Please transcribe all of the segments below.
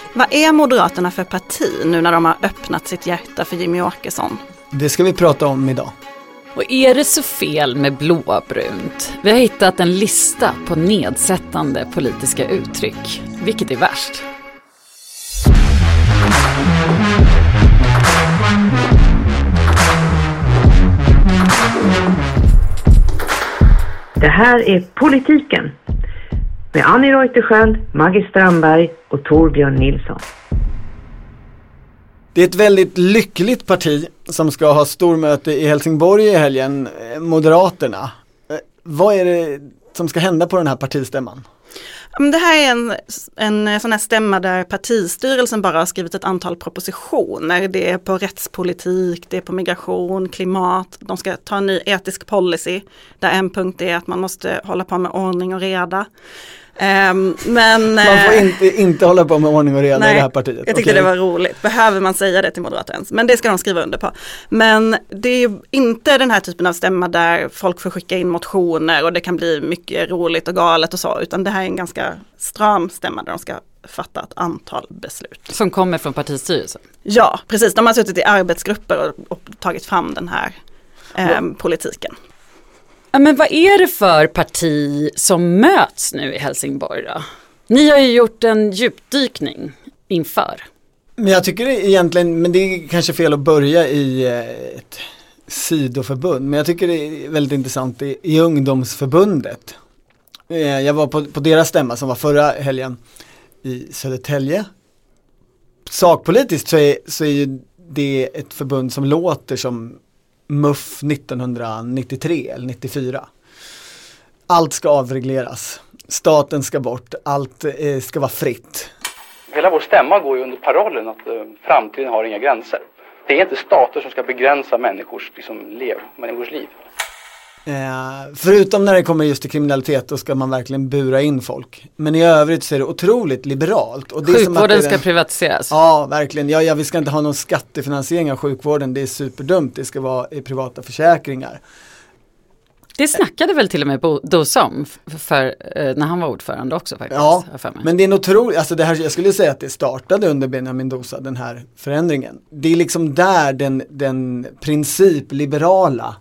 Vad är Moderaterna för parti nu när de har öppnat sitt hjärta för Jimmie Åkesson? Det ska vi prata om idag. Och är det så fel med blåbrunt? Vi har hittat en lista på nedsättande politiska uttryck. Vilket är värst? Det här är Politiken med Annie Reuterskiöld, Maggie Strandberg och Torbjörn Nilsson. Det är ett väldigt lyckligt parti som ska ha stormöte i Helsingborg i helgen, Moderaterna. Vad är det som ska hända på den här partistämman? Det här är en sån här stämma där partistyrelsen bara har skrivit ett antal propositioner. Det är på rättspolitik, det är på migration, klimat. De ska ta en ny etisk policy där en punkt är att man måste hålla på med ordning och reda. Men man får inte hålla på med ordning och reda i det här partiet. Jag tyckte det var roligt. Behöver man säga det till Moderaterna ens? Men det ska de skriva under på. Men det är ju inte den här typen av stämma där folk får skicka in motioner och det kan bli mycket roligt och galet och så, utan det här är en ganska stram stämma där de ska fatta ett antal beslut. Som kommer från partistyrelsen? Ja, precis. De har suttit i arbetsgrupper och tagit fram den här politiken. Ja, men vad är det för parti som möts nu i Helsingborg då? Ni har ju gjort en djupdykning inför. Men jag tycker det egentligen, men det är kanske fel att börja i ett sidoförbund. Men jag tycker det är väldigt intressant i ungdomsförbundet. Jag var på deras stämma som var förra helgen i Södertälje. Sakpolitiskt så är ju det ett förbund som låter som MUF 1993 eller 94. Allt ska avregleras. Staten ska bort. Allt ska vara fritt. Hela vår stämma går ju under parollen att framtiden har inga gränser. Det är inte stater som ska begränsa människors liv. Förutom när det kommer just till kriminalitet, då ska man verkligen bura in folk. Men i övrigt så är det otroligt liberalt. Och det sjukvården ska privatiseras. Ja, verkligen. Ja, vi ska inte ha någon skattefinansiering av sjukvården. Det är superdumt. Det ska vara i privata försäkringar. Det snackade väl till och med Dosa om för när han var ordförande också faktiskt. Ja, men det är nog otroligt. Alltså det här, jag skulle säga att det startade under Benjamin Dosa, den här förändringen. Det är liksom där den principliberala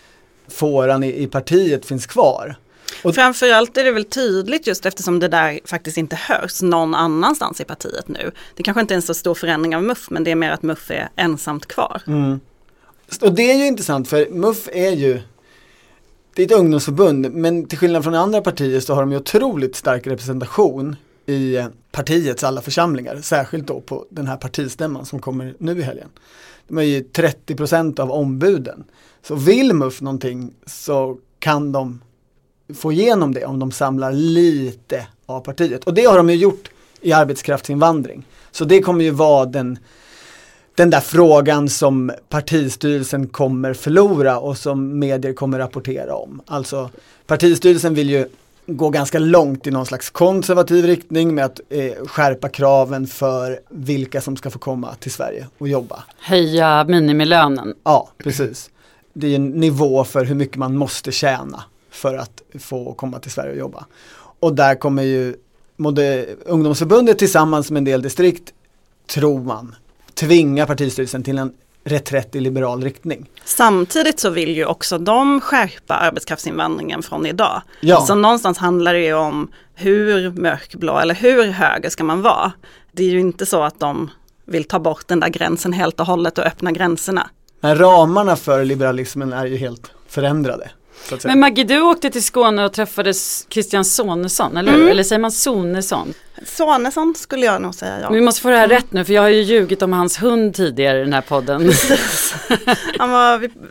fåran i partiet finns kvar. Och framförallt är det väl tydligt just eftersom det där faktiskt inte hörs någon annanstans i partiet nu. Det kanske inte är en så stor förändring av MUF, men det är mer att MUF är ensamt kvar. Mm. Och det är ju intressant, för MUF är ju, det är ett ungdomsförbund, men till skillnad från andra partier så har de ju otroligt stark representation i partiets alla församlingar, särskilt då på den här partistämman som kommer nu i helgen. De är ju 30% av ombuden. Så vill MUF någonting så kan de få igenom det om de samlar lite av partiet. Och det har de ju gjort i arbetskraftsinvandring. Så det kommer ju vara den där frågan som partistyrelsen kommer förlora och som medier kommer rapportera om. Alltså partistyrelsen vill ju gå ganska långt i någon slags konservativ riktning med att skärpa kraven för vilka som ska få komma till Sverige och jobba. Höja minimilönen. Ja, precis. Det är en nivå för hur mycket man måste tjäna för att få komma till Sverige och jobba. Och där kommer ju ungdomsförbundet tillsammans med en del distrikt, tror man, tvinga partistyrelsen till en reträtt i liberal riktning. Samtidigt så vill ju också de skärpa arbetskraftsinvandringen från idag. Ja. Så någonstans handlar det ju om hur mörkblå eller hur höger ska man vara. Det är ju inte så att de vill ta bort den där gränsen helt och hållet och öppna gränserna. Men ramarna för liberalismen är ju helt förändrade. Men Maggie, du åkte till Skåne och träffade Christian Sonesson, eller hur? Eller säger man Sonesson? Sonesson skulle jag nog säga, ja. Vi måste få det här rätt nu, för jag har ju ljugit om hans hund tidigare i den här podden. Han var,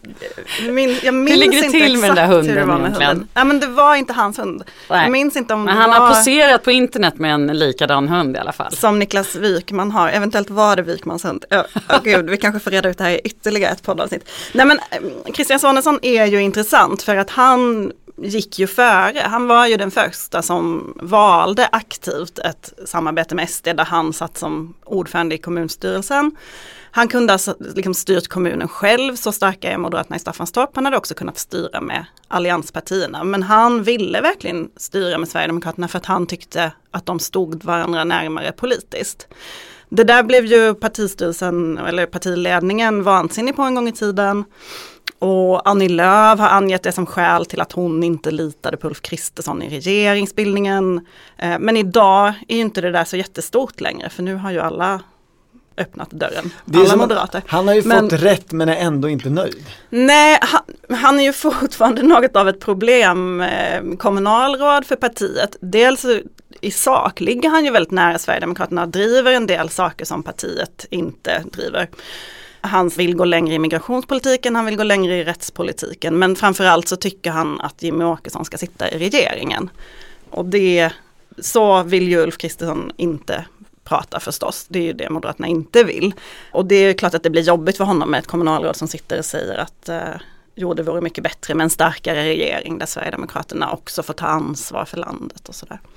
jag minns hur ligger det inte till med den där hunden hur det var med hunden. Nej, men det var inte hans hund. Nej. Jag minns inte om men det han var... har poserat på internet med en likadan hund i alla fall. Som Niklas Wykman har. Eventuellt var det Wykmans hund. Gud, vi kanske får reda ut det här i ytterligare ett poddavsnitt. Nej, men Christian Sonesson är ju intressant för att han gick ju före. Han var ju den första som valde aktivt ett samarbete med SD där han satt som ordförande i kommunstyrelsen. Han kunde ha liksom styrt kommunen själv, så starka är Moderaterna i Staffanstorp. Han hade också kunnat styra med allianspartierna. Men han ville verkligen styra med Sverigedemokraterna för att han tyckte att de stod varandra närmare politiskt. Det där blev ju partistyrelsen eller partiledningen vansinnig på en gång i tiden. Och Annie Lööf har angett det som skäl till att hon inte litade på Ulf Kristersson i regeringsbildningen. Men idag är ju inte det där så jättestort längre, för nu har ju alla öppnat dörren. Alla moderater. Han har ju fått rätt men är ändå inte nöjd. Nej, han är ju fortfarande något av ett problem, kommunalråd för partiet. Dels i sak ligger han ju väldigt nära Sverigedemokraterna och driver en del saker som partiet inte driver. Han vill gå längre i migrationspolitiken, han vill gå längre i rättspolitiken, men framförallt så tycker han att Jimmie Åkesson ska sitta i regeringen. Och så vill ju Ulf Kristersson inte prata förstås. Det är ju det Moderaterna inte vill. Och det är klart att det blir jobbigt för honom med ett kommunalråd som sitter och säger att det vore mycket bättre med en starkare regering där Sverigedemokraterna också får ta ansvar för landet och sådär.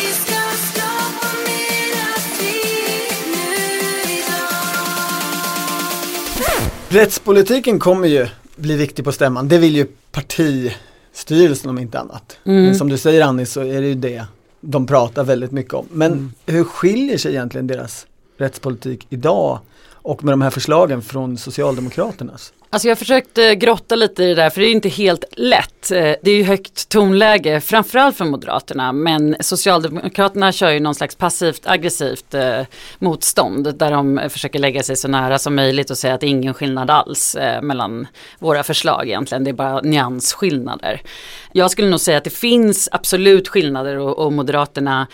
Rättspolitiken kommer ju bli viktig på stämman. Det vill ju partistyrelsen om inte annat. Men som du säger, Annie, så är det ju det de pratar väldigt mycket om. Men hur skiljer sig egentligen deras rättspolitik idag och med de här förslagen från Socialdemokraternas? Alltså jag försökte grotta lite i det där, för det är inte helt lätt. Det är ju högt tonläge, framförallt för Moderaterna, men Socialdemokraterna kör ju någon slags passivt aggressivt motstånd där de försöker lägga sig så nära som möjligt och säga att det är ingen skillnad alls mellan våra förslag egentligen. Det är bara nyansskillnader. Jag skulle nog säga att det finns absolut skillnader och Moderaterna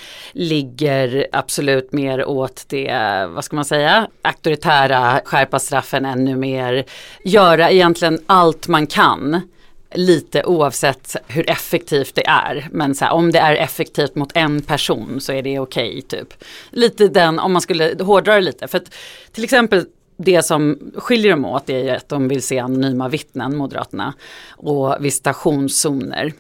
ligger absolut mer åt det, vad ska man säga, auktoritära, skärpa straffen ännu mer, göra egentligen allt man kan, lite oavsett hur effektivt det är. Men så här, om det är effektivt mot en person så är det okej, typ. Lite den, om man skulle hårdra det lite. För att, till exempel det som skiljer dem åt är ju att de vill se anonyma vittnen, Moderaterna, och visitationszoner.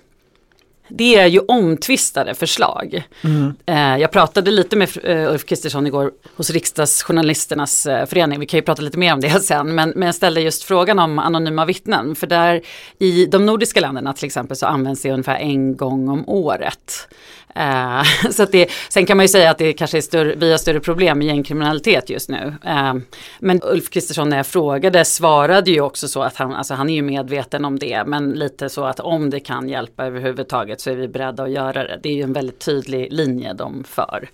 Det är ju omtvistade förslag. Jag pratade lite med Ulf Kristersson igår hos Riksdagsjournalisternas förening. Vi kan ju prata lite mer om det sen. Men jag ställde just frågan om anonyma vittnen. För där i de nordiska länderna till exempel så används det ungefär en gång om året. Så att sen kan man ju säga att det kanske är vi har större problem med gängkriminalitet just nu. Men Ulf Kristersson, när jag frågade, svarade ju också så att han är ju medveten om det, men lite så att om det kan hjälpa överhuvudtaget så är vi beredda att göra det. Det är ju en väldigt tydlig linje de för.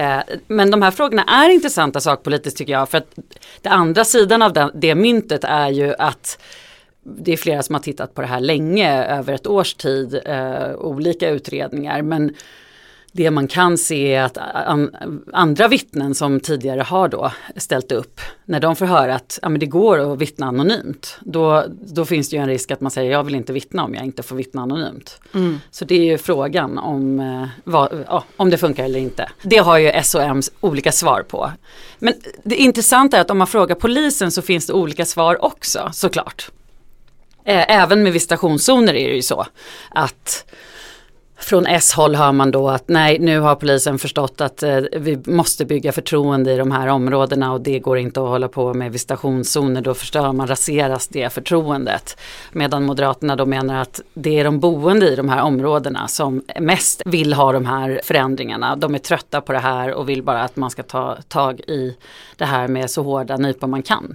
Men de här frågorna är intressanta sakpolitiskt tycker jag, för att det andra sidan av det myntet är ju att det är flera som har tittat på det här länge, över ett års tid, olika utredningar, men det man kan se är att andra vittnen som tidigare har då ställt upp, när de får höra att men det går att vittna anonymt, då finns det ju en risk att man säger jag vill inte vittna om jag inte får vittna anonymt. Så det är ju frågan om det funkar eller inte. Det har ju SOMs olika svar på. Men det intressanta är att om man frågar polisen så finns det olika svar också, såklart. Även med visitationszoner är det ju så att från S-håll hör man då att nej, nu har polisen förstått att vi måste bygga förtroende i de här områdena och det går inte att hålla på med visitationszoner, då raseras det förtroendet. Medan Moderaterna då menar att det är de boende i de här områdena som mest vill ha de här förändringarna. De är trötta på det här och vill bara att man ska ta tag i det här med så hårda nypor man kan.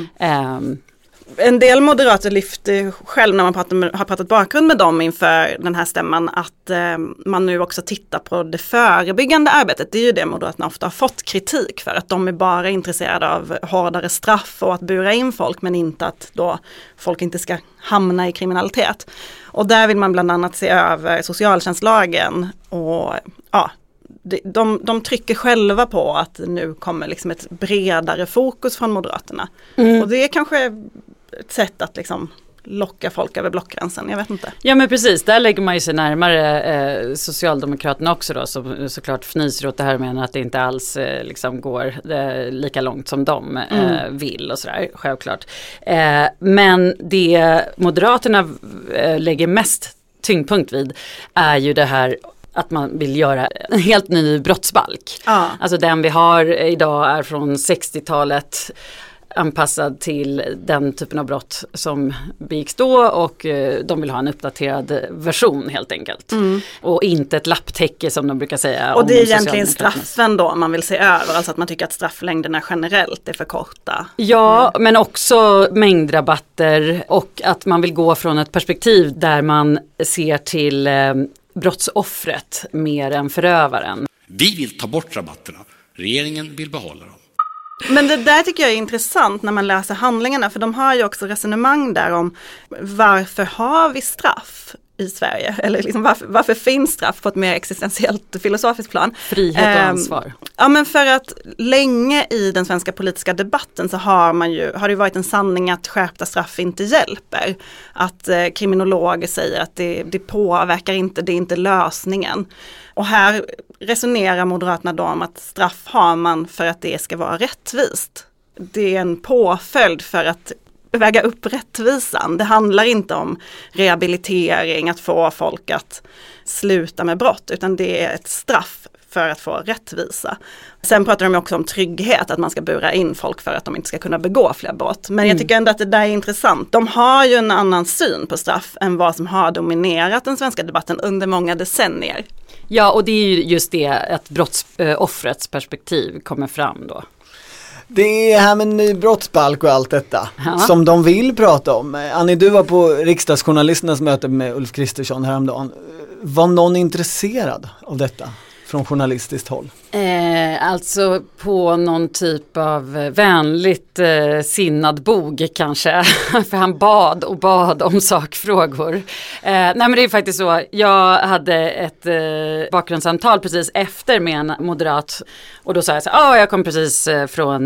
En del moderater lyfter själv när man har pratat bakgrund med dem inför den här stämman att man nu också tittar på det förebyggande arbetet. Det är ju det Moderaterna ofta har fått kritik för, att de är bara intresserade av hårdare straff och att bura in folk, men inte att då folk inte ska hamna i kriminalitet. Och där vill man bland annat se över socialtjänstlagen och de trycker själva på att nu kommer liksom ett bredare fokus från Moderaterna. Och det är kanske ett sätt att liksom locka folk över blockgränsen, jag vet inte. Ja men precis, där lägger man ju sig närmare Socialdemokraterna också då, som såklart fnyser åt det här, menar att det inte alls liksom går lika långt som de vill och sådär, självklart. Men det Moderaterna lägger mest tyngdpunkt vid är ju det här att man vill göra en helt ny brottsbalk. Alltså den vi har idag är från 60-talet. anpassad till den typen av brott som begicks då och de vill ha en uppdaterad version helt enkelt. Och inte ett lapptäcke som de brukar säga. Och det är egentligen straffen då man vill se över, alltså att man tycker att strafflängderna generellt är för korta. Ja, men också mängdrabatter och att man vill gå från ett perspektiv där man ser till brottsoffret mer än förövaren. Vi vill ta bort rabatterna. Regeringen vill behålla dem. Men det där tycker jag är intressant när man läser handlingarna, för de har ju också resonemang där om varför har vi straff i Sverige? Eller liksom varför finns straff på ett mer existentiellt filosofiskt plan? Frihet och ansvar. Ja, men för att länge i den svenska politiska debatten så har det varit en sanning att skärpta straff inte hjälper. Att kriminologer säger att det påverkar inte, det är inte lösningen. Och här resonerar Moderaterna då om att straff har man för att det ska vara rättvist. Det är en påföljd för att väga upp rättvisan. Det handlar inte om rehabilitering, att få folk att sluta med brott, utan det är ett straff för att få rättvisa. Sen pratar de också om trygghet, att man ska bura in folk för att de inte ska kunna begå fler brott. Men jag tycker ändå att det där är intressant. De har ju en annan syn på straff än vad som har dominerat den svenska debatten under många decennier. Ja, och det är ju just det att brottsoffrets perspektiv kommer fram då. Det är här med ny brottsbalk och allt detta som de vill prata om. Annie, du var på riksdagsjournalisternas möte med Ulf Kristersson häromdagen. Var någon intresserad av detta från journalistiskt håll? Alltså på någon typ av vänligt sinnad bog kanske. För han bad om sakfrågor. Nej, men det är faktiskt så. Jag hade ett bakgrundssamtal precis efter med en moderat. Och då sa jag så här, jag kom precis från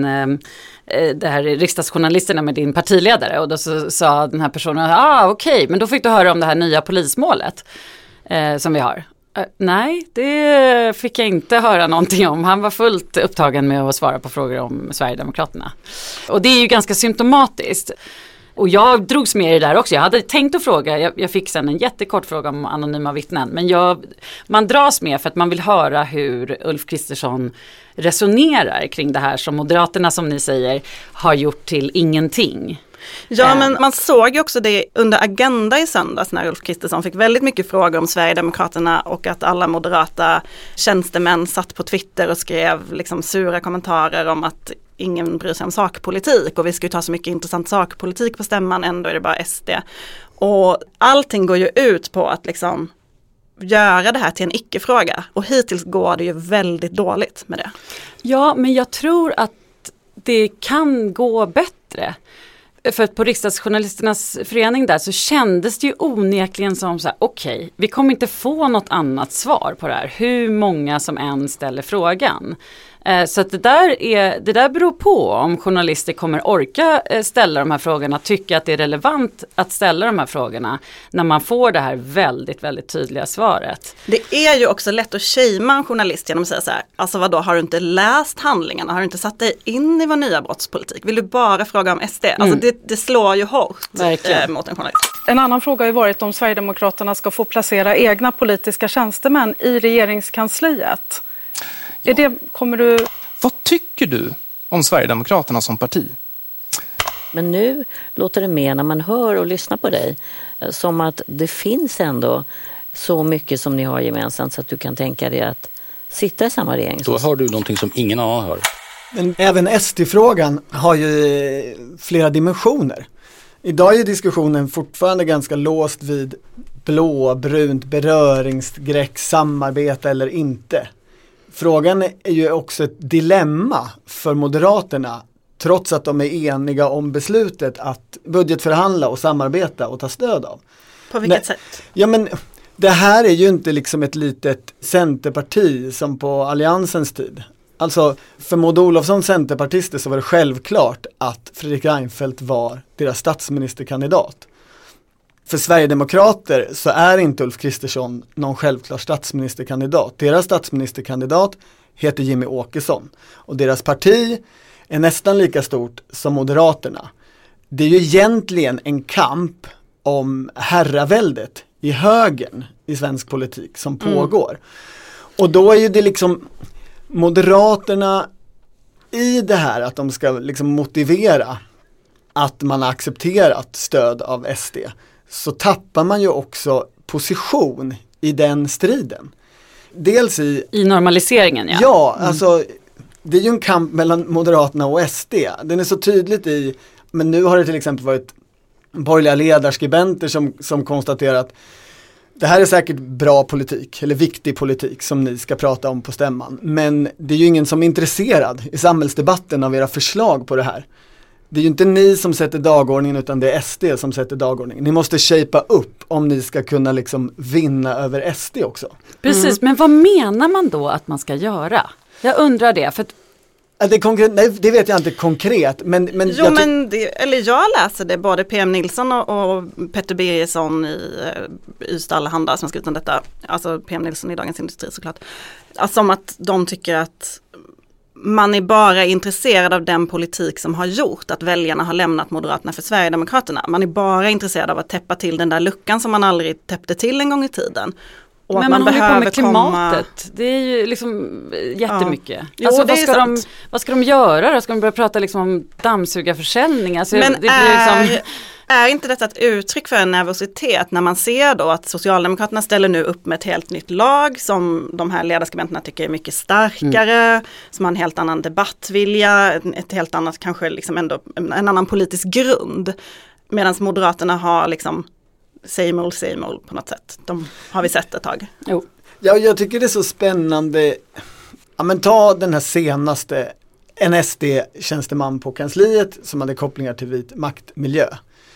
det här riksdagsjournalisterna med din partiledare. Och då så sa den här personen, okej, men då fick du höra om det här nya polismålet som vi har. Nej, det fick jag inte höra någonting om. Han var fullt upptagen med att svara på frågor om Sverigedemokraterna. Och det är ju ganska symptomatiskt. Och jag drogs med i det där också. Jag hade tänkt att fråga, jag fick sen en jättekort fråga om anonyma vittnen. Men man dras med för att man vill höra hur Ulf Kristersson resonerar kring det här som Moderaterna, som ni säger, har gjort till ingenting. Ja, men man såg ju också det under Agenda i söndags när Ulf Kristersson fick väldigt mycket frågor om Sverigedemokraterna och att alla moderata tjänstemän satt på Twitter och skrev liksom sura kommentarer om att ingen bryr sig om sakpolitik och vi ska ju ta så mycket intressant sakpolitik på stämman, ändå är det bara SD. Och allting går ju ut på att liksom göra det här till en icke-fråga och hittills går det ju väldigt dåligt med det. Ja, men jag tror att det kan gå bättre. För att på riksdagsjournalisternas förening där så kändes det ju onekligen som så här, okej, vi kommer inte få något annat svar på det här. Hur många som än ställer frågan. Så att det där beror på om journalister kommer orka ställa de här frågorna, tycka att det är relevant att ställa de här frågorna när man får det här väldigt, väldigt tydliga svaret. Det är ju också lätt att shamea en journalist genom att säga så här, alltså vadå, har du inte läst handlingarna? Har du inte satt dig in i vår nya brottspolitik? Vill du bara fråga om SD? Alltså det slår ju hårt mot en journalist. En annan fråga har ju varit om Sverigedemokraterna ska få placera egna politiska tjänstemän i regeringskansliet. Vad tycker du om Sverigedemokraterna som parti? Men nu låter det mer när man hör och lyssnar på dig som att det finns ändå så mycket som ni har gemensamt så att du kan tänka dig att sitta i samma regering. Då har du någonting som ingen annan hör. Men även SD-frågan har ju flera dimensioner. Idag är diskussionen fortfarande ganska låst vid blå-brunt beröringsskräck, samarbete eller inte. Frågan är ju också ett dilemma för Moderaterna, trots att de är eniga om beslutet att budgetförhandla och samarbeta och ta stöd av. På vilket sätt? Ja, men det här är ju inte liksom ett litet centerparti som på alliansens tid. Alltså för Maud Olofssons centerpartister så var det självklart att Fredrik Reinfeldt var deras statsministerkandidat. För Sverigedemokrater så är inte Ulf Kristersson någon självklar statsministerkandidat. Deras statsministerkandidat heter Jimmy Åkesson och deras parti är nästan lika stort som Moderaterna. Det är ju egentligen en kamp om herraväldet i högern i svensk politik som pågår. Och då är ju det liksom Moderaterna i det här att de ska liksom motivera att man har accepterat stöd av SD, så tappar man ju också position i den striden. Dels i normaliseringen, ja. Ja, alltså det är ju en kamp mellan Moderaterna och SD. Den är så tydligt men nu har det till exempel varit borgerliga ledarskribenter som konstaterar att det här är säkert bra politik eller viktig politik som ni ska prata om på stämman. Men det är ju ingen som är intresserad i samhällsdebatten av era förslag på det här. Det är ju inte ni som sätter dagordningen, utan det är SD som sätter dagordningen. Ni måste shapea upp om ni ska kunna liksom vinna över SD också. Precis, men vad menar man då att man ska göra? Jag undrar det, för att nej, det vet jag inte konkret. Men jag läser det, både PM Nilsson och Petter Birgersson i Ystad Handlar som har skrivit om detta. Alltså PM Nilsson i Dagens Industri såklart. Alltså, som att de tycker att man är bara intresserad av den politik som har gjort att väljarna har lämnat Moderaterna för Sverigedemokraterna. Man är bara intresserad av att täppa till den där luckan som man aldrig täppte till en gång i tiden. Och men man håller på med klimatet. Det är ju liksom jättemycket. Ja. Alltså, Jo, vad ska de göra då? Ska de börja prata liksom om dammsugarförsäljning? Alltså, men det blir liksom... är inte detta ett uttryck för en nervositet när man ser då att Socialdemokraterna ställer nu upp med ett helt nytt lag som de här ledarskribenterna tycker är mycket starkare, som har en helt annan debattvilja, ett helt annat, kanske liksom ändå en annan politisk grund, medan Moderaterna har liksom same old på något sätt. De har vi sett ett tag. Jo. Ja, jag tycker det är så spännande. Ja, men ta den här senaste, en SD-tjänsteman på kansliet som hade kopplingar till vit maktmiljö.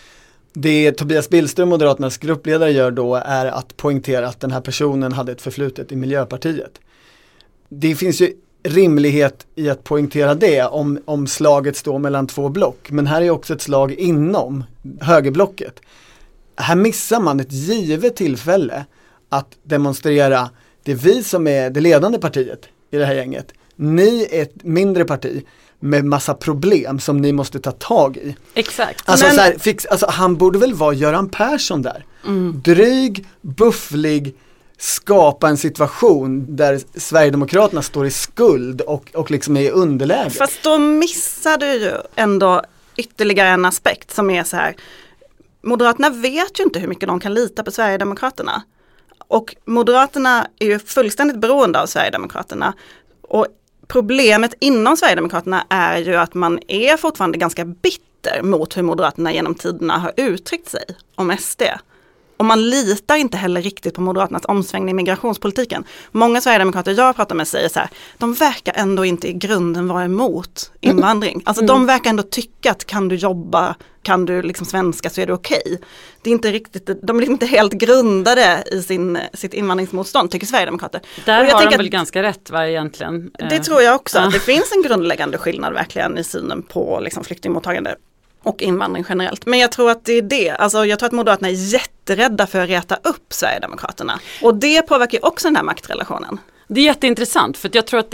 Det Tobias Billström, Moderaternas gruppledare, gör då är att poängtera att den här personen hade ett förflutet i Miljöpartiet. Det finns ju rimlighet i att poängtera det om slaget står mellan två block. Men här är också ett slag inom högerblocket. Här missar man ett givet tillfälle att demonstrera det är vi som är det ledande partiet i det här gänget. Ni är ett mindre parti med massa problem som ni måste ta tag i. Exakt. Alltså, han borde väl vara Göran Persson där. Dryg, bufflig, skapa en situation där Sverigedemokraterna står i skuld och liksom är i underläge. Fast då missar du ju ändå ytterligare en aspekt som är så här: Moderaterna vet ju inte hur mycket de kan lita på Sverigedemokraterna. Och Moderaterna är ju fullständigt beroende av Sverigedemokraterna. Och problemet inom Sverigedemokraterna är ju att man är fortfarande ganska bitter mot hur Moderaterna genom tiderna har uttryckt sig om SD. Och man litar inte heller riktigt på Moderaternas omsvängning i migrationspolitiken. Många Sverigedemokrater jag pratar med säger så här: de verkar ändå inte i grunden vara emot invandring. Alltså de verkar ändå tycka att kan du jobba, kan du liksom svenska så är det okej. Det är inte riktigt, de är liksom inte helt grundade i sitt invandringsmotstånd, tycker Sverigedemokrater. Där har de väl ganska rätt, va, egentligen? Det tror jag också. Det finns en grundläggande skillnad verkligen i synen på liksom flyktingmottagande och invandring generellt. Men jag tror att det är det. Alltså jag tror att Moderaterna är jätterädda för att reta upp Sverigedemokraterna. Och det påverkar ju också den här maktrelationen. Det är jätteintressant, för att jag tror att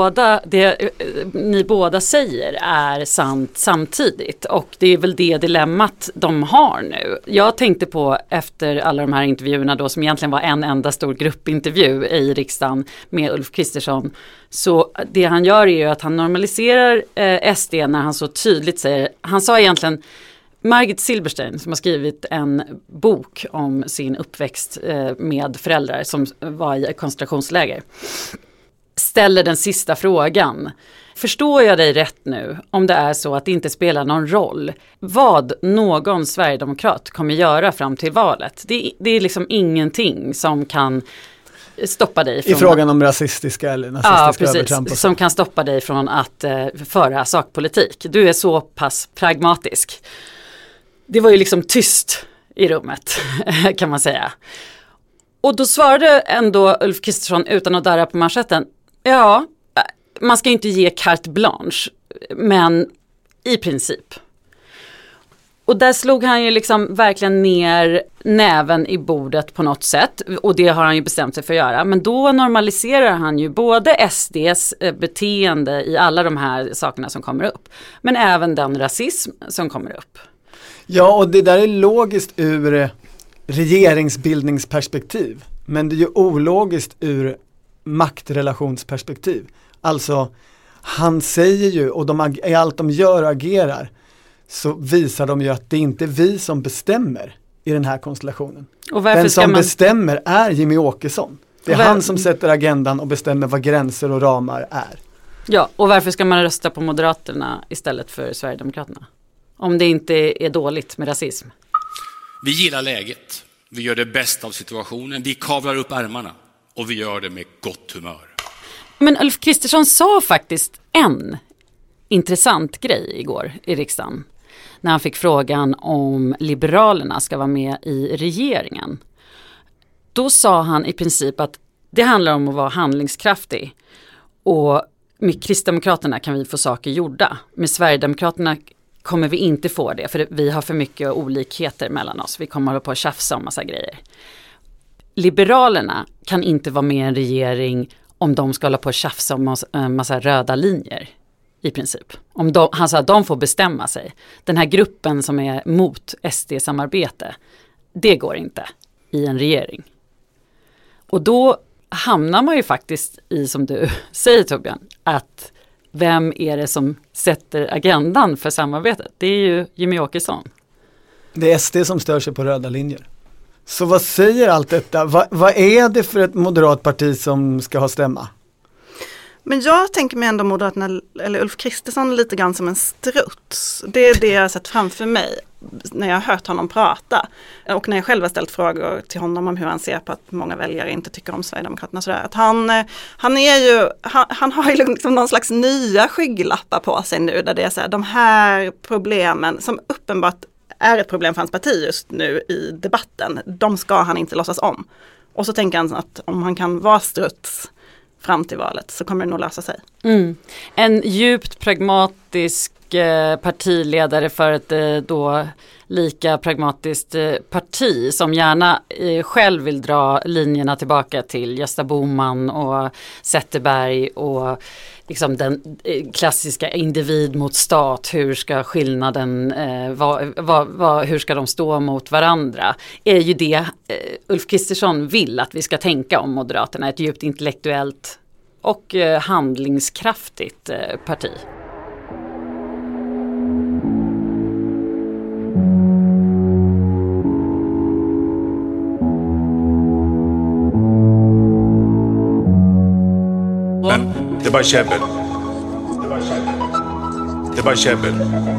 det ni båda säger är sant samtidigt, och det är väl det dilemmat de har nu. Jag tänkte på efter alla de här intervjuerna då, som egentligen var en enda stor gruppintervju i riksdagen med Ulf Kristersson, så det han gör är ju att han normaliserar SD när han så tydligt säger, han sa egentligen, Margit Silberstein som har skrivit en bok om sin uppväxt med föräldrar som var i koncentrationsläger, ställer den sista frågan: förstår jag dig rätt nu om det är så att det inte spelar någon roll vad någon sverigedemokrat kommer göra fram till valet? Det är liksom ingenting som kan stoppa dig från... I frågan om rasistiska eller nazistiska övertramp. Ja, precis. Som kan stoppa dig från att föra sakpolitik. Du är så pass pragmatisk. Det var ju liksom tyst i rummet, kan man säga. Och då svarade ändå Ulf Kristersson utan att darra på manschetten: ja, man ska inte ge carte blanche, men i princip. Och där slog han ju liksom verkligen ner näven i bordet på något sätt. Och det har han ju bestämt sig för att göra. Men då normaliserar han ju både SDs beteende i alla de här sakerna som kommer upp, men även den rasism som kommer upp. Ja, och det där är logiskt ur regeringsbildningsperspektiv. Men det är ju ologiskt ur maktrelationsperspektiv. Alltså, han säger ju, och i allt de gör och agerar, så visar de ju att det inte är vi som bestämmer i den här konstellationen. Och varför den som bestämmer är Jimmy Åkesson. Det är han som sätter agendan och bestämmer vad gränser och ramar är. Ja, och varför ska man rösta på Moderaterna istället för Sverigedemokraterna? Om det inte är dåligt med rasism. Vi gillar läget. Vi gör det bästa av situationen. Vi kavlar upp ärmarna. Och vi gör det med gott humör. Men Ulf Kristersson sa faktiskt en intressant grej igår i riksdagen. När han fick frågan om Liberalerna ska vara med i regeringen. Då sa han i princip att det handlar om att vara handlingskraftig. Och med Kristdemokraterna kan vi få saker gjorda. Med Sverigedemokraterna kommer vi inte få det. För vi har för mycket olikheter mellan oss. Vi kommer att på att tjafsa om massa grejer. Liberalerna kan inte vara med i en regering om de ska hålla på att tjafsa om en massa röda linjer. I princip. Han sa att de får bestämma sig. Den här gruppen som är mot SD-samarbete. Det går inte i en regering. Och då hamnar man ju faktiskt i, som du säger Torbjörn, att vem är det som sätter agendan för samarbetet? Det är ju Jimmy Åkesson. Det är SD som stör sig på röda linjer. Så vad säger allt detta? Vad är det för ett moderat parti som ska ha stämma? Men jag tänker mig ändå Moderaterna, eller Ulf Kristersson, lite grann som en struts. Det är det jag har sett framför mig när jag har hört honom prata. Och när jag själv har ställt frågor till honom om hur han ser på att många väljare inte tycker om Sverigedemokraterna. Sådär. Att han har ju liksom någon slags nya skygglappar på sig nu. Där det är så här, de här problemen som uppenbart är ett problem för hans parti just nu i debatten. De ska han inte låtsas om. Och så tänker han att om han kan vara struts fram till valet så kommer det nog lösa sig. Mm. En djupt pragmatisk partiledare för ett då lika pragmatiskt parti som gärna själv vill dra linjerna tillbaka till Gösta Bohman och Zetterberg och liksom den klassiska individ mot stat, hur ska skillnaden, hur ska de stå mot varandra, är ju det Ulf Kristersson vill att vi ska tänka om Moderaterna, ett djupt intellektuellt och handlingskraftigt parti. Men det var käbbel. Det var käbbel.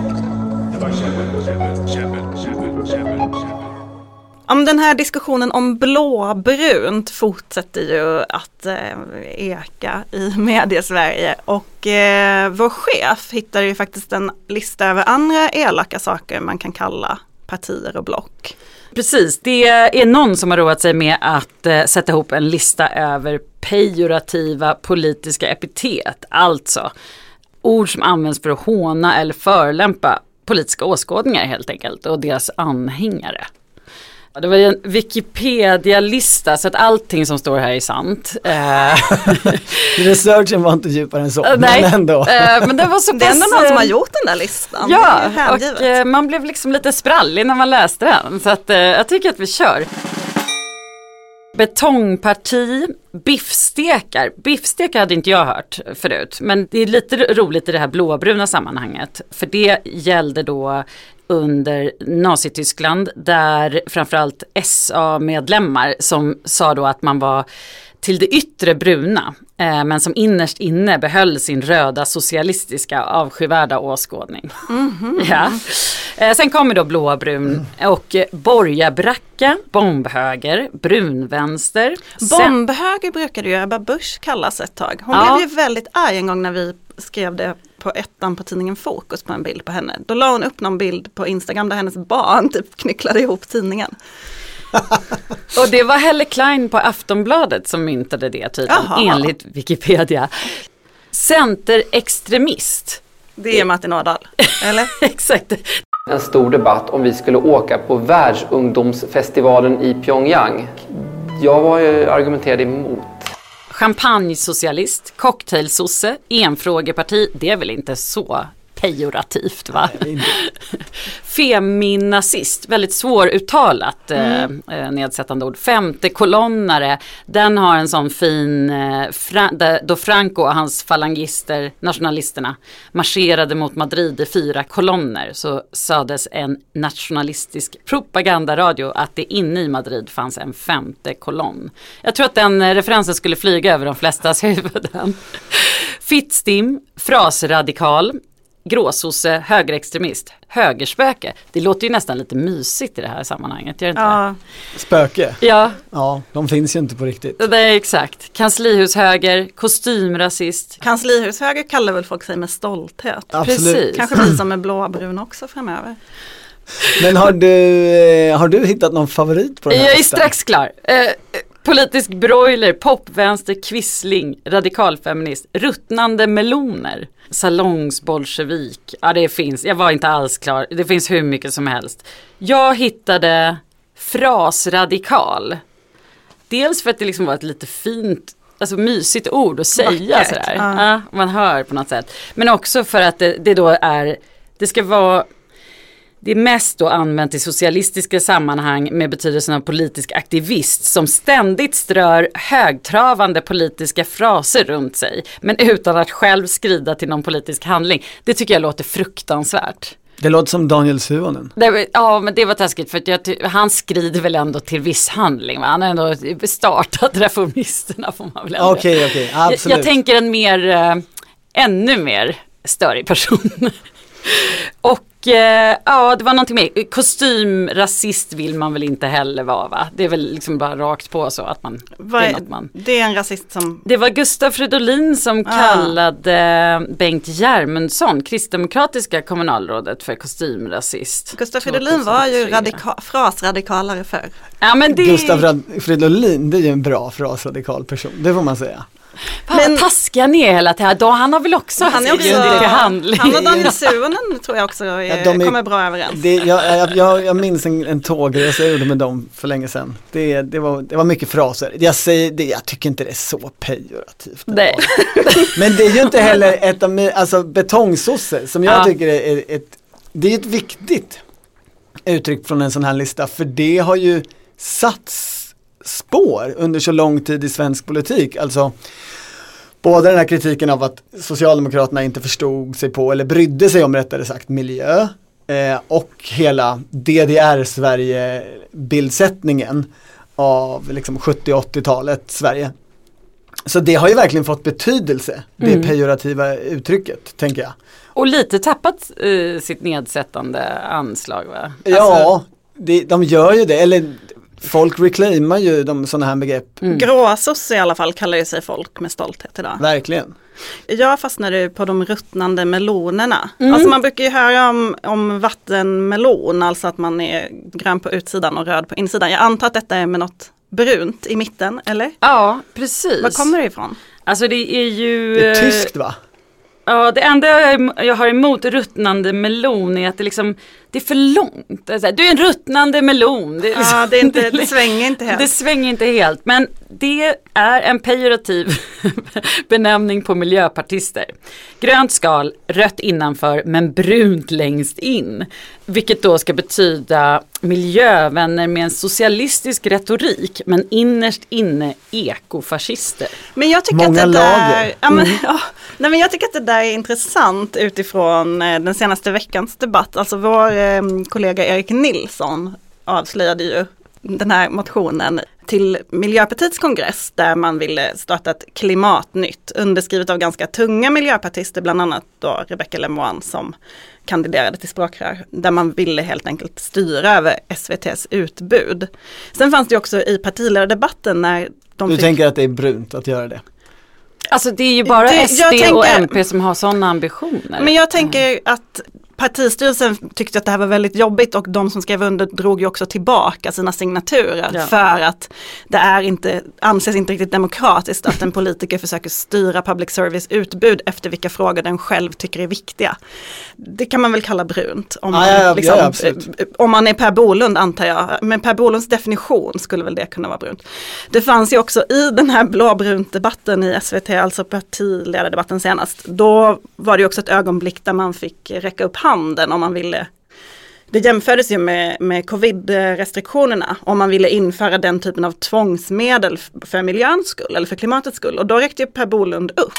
Om den här diskussionen om blåbrunt fortsätter ju att eka i mediesverige och vår chef hittar ju faktiskt en lista över andra elaka saker man kan kalla partier och block. Precis, det är någon som har roat sig med att sätta ihop en lista över pejorativa politiska epitet, alltså ord som används för att håna eller förolämpa politiska åskådningar helt enkelt och deras anhängare. Det var en Wikipedia-lista så att allting som står här är sant. Researchen var inte djupare än så. Nej, men ändå. Men det var så det är ändå någon som har gjort den där listan. Ja, och man blev liksom lite sprallig när man läste den. Så att, jag tycker att vi kör. Betongparti, biffstekar. Biffstekar hade inte jag hört förut. Men det är lite roligt i det här blåbruna sammanhanget. För det gällde då under Nazityskland där framförallt SA-medlemmar som sa då att man var till det yttre bruna men som innerst inne behöll sin röda socialistiska avskyvärda åskådning. Mm-hmm. Ja. Sen kommer då blåbrun och borgarbracka, bombhöger, brunvänster. Bombhöger brukade ju Ebba Busch kallas ett tag. Hon blev ju väldigt arg en gång när vi skrev det på ettan på tidningen Fokus på en bild på henne. Då la hon upp någon bild på Instagram där hennes barn typ knycklade ihop tidningen. Och det var Helle Klein på Aftonbladet som myntade det tydligen, enligt Wikipedia. Centerextremist. Det är Martin Ådahl, eller? Exakt. En stor debatt om vi skulle åka på världsungdomsfestivalen i Pyongyang. Jag argumenterade emot. Champagne-socialist, cocktailsosse, enfrågeparti, det är väl inte så pejorativt, va? Feminazist, väldigt svåruttalat nedsättande ord. Femtekolonnare, den har en sån fin, då Franco och hans falangister, nationalisterna, marscherade mot Madrid i 4 kolonner, så sades en nationalistisk propagandaradio att det inne i Madrid fanns en 5:e kolonn. Jag tror att den referensen skulle flyga över de flestas huvuden. Fittstim, frasradikal, gråsosse, högerextremist, högerspöke. Det låter ju nästan lite mysigt i det här sammanhanget, gör det inte det? Spöke? Ja. Ja, de finns ju inte på riktigt. Det är exakt. Kanslihushöger, kostymrasist. Kanslihushöger kallar väl folk sig med stolthet. Absolut. Precis. Kanske blir som med blåbrun också framöver. Men har du hittat någon favorit på den här Jag är listan? strax klar. Politisk broiler, popvänster, kvissling, radikalfeminist, ruttnande meloner, salongsbolsjevik. Ja, det finns. Jag var inte alls klar. Det finns hur mycket som helst. Jag hittade frasradikal. Dels för att det liksom var ett lite fint, alltså mysigt ord att säga. Vackert. Sådär. Ja, man hör på något sätt. Men också för att det då är, det ska vara, det är mest då använt i socialistiska sammanhang med betydelsen av politisk aktivist som ständigt strör högtravande politiska fraser runt sig, men utan att själv skrida till någon politisk handling. Det tycker jag låter fruktansvärt. Det låter som Daniel Suhonen. Ja, men det var taskigt för att han skrider väl ändå till viss handling. Va? Han har ändå startat reformisterna, får man väl ändå. Okej, absolut. Jag tänker en ännu mer störig person. Och ja, det var någonting mer. Kostymrasist vill man väl inte heller vara, va? Det är väl liksom bara rakt på så att man... Det är en rasist som... Det var Gustaf Fridolin som kallade Bengt Järmundsson, kristdemokratiska kommunalrådet, för kostymrasist. Gustaf Fridolin var ju frasradikalare förr. Ja, men det... Gustaf Fridolin, det är ju en bra frasradikal person, det får man säga. Men taskiga ni är hela tiden. Då han har väl också han är också till handling. Han och Daniel Suhonen tror jag också kommer bra överens. Jag minns en tågresa jag gjorde med dem för länge sedan. Det var mycket fraser. Jag tycker inte det är så pejorativt. Nej. Men det är ju inte heller ett av betongsosse som jag tycker är det är ett viktigt uttryck från en sån här lista, för det har ju satts spår under så lång tid i svensk politik. Alltså både den här kritiken av att Socialdemokraterna inte förstod sig på, eller brydde sig om rättare sagt, miljö och hela DDR-Sverige-bildsättningen av liksom 70-80-talet Sverige. Så det har ju verkligen fått betydelse, det pejorativa uttrycket, tänker jag. Och lite tappat sitt nedsättande anslag, va? Alltså... Ja, de gör ju det, eller folk reclaimar ju sådana här begrepp. Gråsosse i alla fall kallar ju sig folk med stolthet idag. Verkligen. Jag fastnade på de ruttnande melonerna. Alltså man brukar ju höra om vattenmelon, alltså att man är grön på utsidan och röd på insidan. Jag antar att detta är med något brunt i mitten, eller? Ja, precis. Var kommer det ifrån? Alltså det är ju... Det är tyskt, va? Ja, det enda jag har emot ruttnande melon är att det är för långt. Du är en ruttnande melon. Det svänger inte helt. Det svänger inte helt, men det är en pejorativ benämning på miljöpartister. Grönt skal, rött innanför men brunt längst in. Vilket då ska betyda miljövänner med en socialistisk retorik, men innerst inne ekofascister. Men jag tycker att det där, men jag tycker att det där är intressant utifrån den senaste veckans debatt. Alltså vår kollega Erik Nilsson avslöjade ju den här motionen till Miljöpartiets kongress där man ville starta ett klimatnytt, underskrivet av ganska tunga miljöpartister, bland annat då Rebecca Lemoine som kandiderade till språkrör, där man ville helt enkelt styra över SVT:s utbud. Sen fanns det också i partiledardebatten när Du tänker att det är brunt att göra det? Alltså det är ju bara SD och MP som har sådana ambitioner. Men jag tänker att partistyrelsen tyckte att det här var väldigt jobbigt och de som skrev under drog ju också tillbaka sina signaturer för att det anses inte riktigt demokratiskt att en politiker försöker styra public service utbud efter vilka frågor den själv tycker är viktiga. Det kan man väl kalla brunt om man är Per Bolund, antar jag. Men Per Bolunds definition skulle väl det kunna vara brunt. Det fanns ju också i den här blåbrunt debatten i SVT, alltså partiledardebatten senast, då var det ju också ett ögonblick där man fick räcka upp handen om man ville. Det jämfördes ju med covid-restriktionerna om man ville införa den typen av tvångsmedel för miljöns skull eller för klimatets skull. Och då räckte ju Per Bolund upp.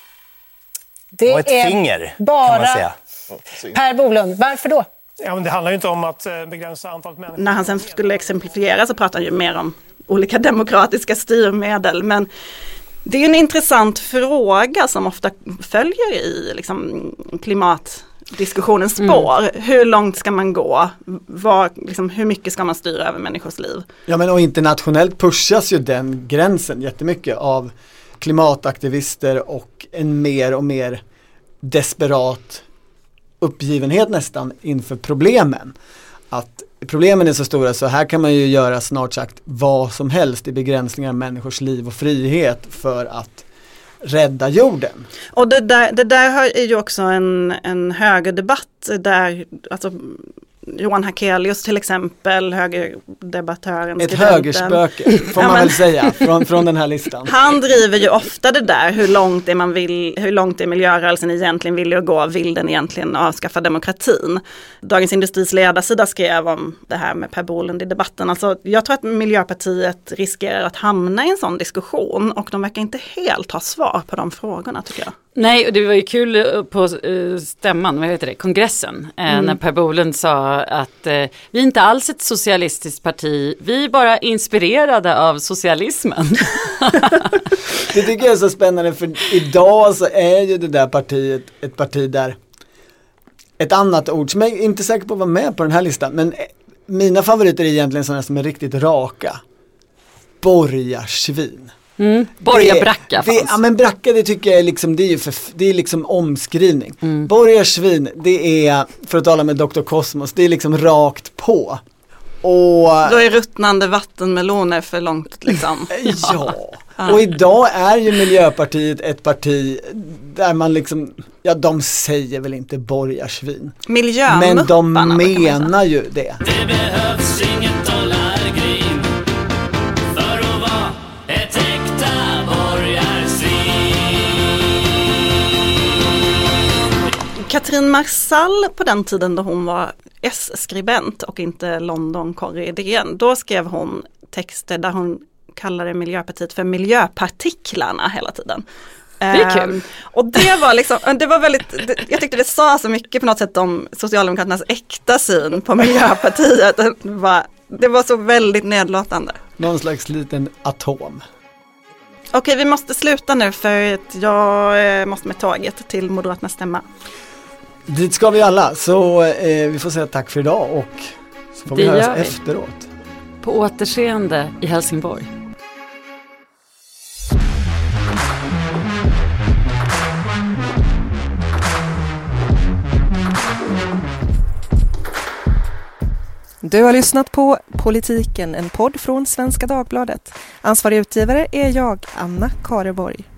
Det och ett finger, bara kan man säga. Per Bolund, varför då? Ja, men det handlar ju inte om att begränsa antalet människor. När han sen skulle exemplifiera så pratade han ju mer om olika demokratiska styrmedel. Men det är en intressant fråga som ofta följer i liksom, klimatdiskussionens spår. Hur långt ska man gå? Hur mycket ska man styra över människors liv? Ja, men och internationellt pushas ju den gränsen jättemycket av klimataktivister och en mer och mer desperat uppgivenhet nästan inför problemen. Att problemen är så stora så här kan man ju göra snart sagt vad som helst i begränsningar av människors liv och frihet för att rädda jorden. Och det där är ju också en högerdebatt där alltså Johan Hakelius till exempel, högerdebattören. Ett högerspöke får man väl säga från den här listan. Han driver ju ofta det där hur långt är miljörörelsen egentligen vill att gå, vill den egentligen avskaffa demokratin. Dagens Industris ledarsida skrev om det här med Per Bolund i debatten. Alltså, jag tror att Miljöpartiet riskerar att hamna i en sån diskussion och de verkar inte helt ha svar på de frågorna tycker jag. Nej, och det var ju kul på stämman, kongressen, när Per Bolund sa att vi är inte alls ett socialistiskt parti, vi är bara inspirerade av socialismen. Det tycker jag är så spännande för idag så är ju det där partiet ett parti där ett annat ord som jag är inte säker på att vara med på den här listan, men mina favoriter är egentligen sådana som är riktigt raka. Borgarsvin. Borgarbracka fanns. Ja men bracka det tycker jag är liksom, det är liksom omskrivning. Borgarsvin, det är, för att tala med Dr. Cosmos, det är liksom rakt på. Och då är ruttnande vattenmeloner för långt liksom. Ja. Och idag är ju Miljöpartiet ett parti där man liksom, ja de säger väl inte borgarsvin. Men de menar ju det. Det behövs inget dollargrin för att vara ett äkta borgarsvin. Katrin Marsall på den tiden då hon var S-skribent och inte London-korre i DN, då skrev hon texter där hon kallade Miljöpartiet för miljöpartiklarna hela tiden. Det är kul. Och det var liksom, det var väldigt, jag tyckte det sa så mycket på något sätt om Socialdemokraternas äkta syn på Miljöpartiet. Det var så väldigt nedlåtande. Någon slags liten atom. Okej, vi måste sluta nu för att jag måste med tåget till Moderaternas stämma. Dit ska vi alla, så vi får säga tack för idag och så får vi höras efteråt. På återseende i Helsingborg. Du har lyssnat på Politiken, en podd från Svenska Dagbladet. Ansvarig utgivare är jag, Anna Kareborg.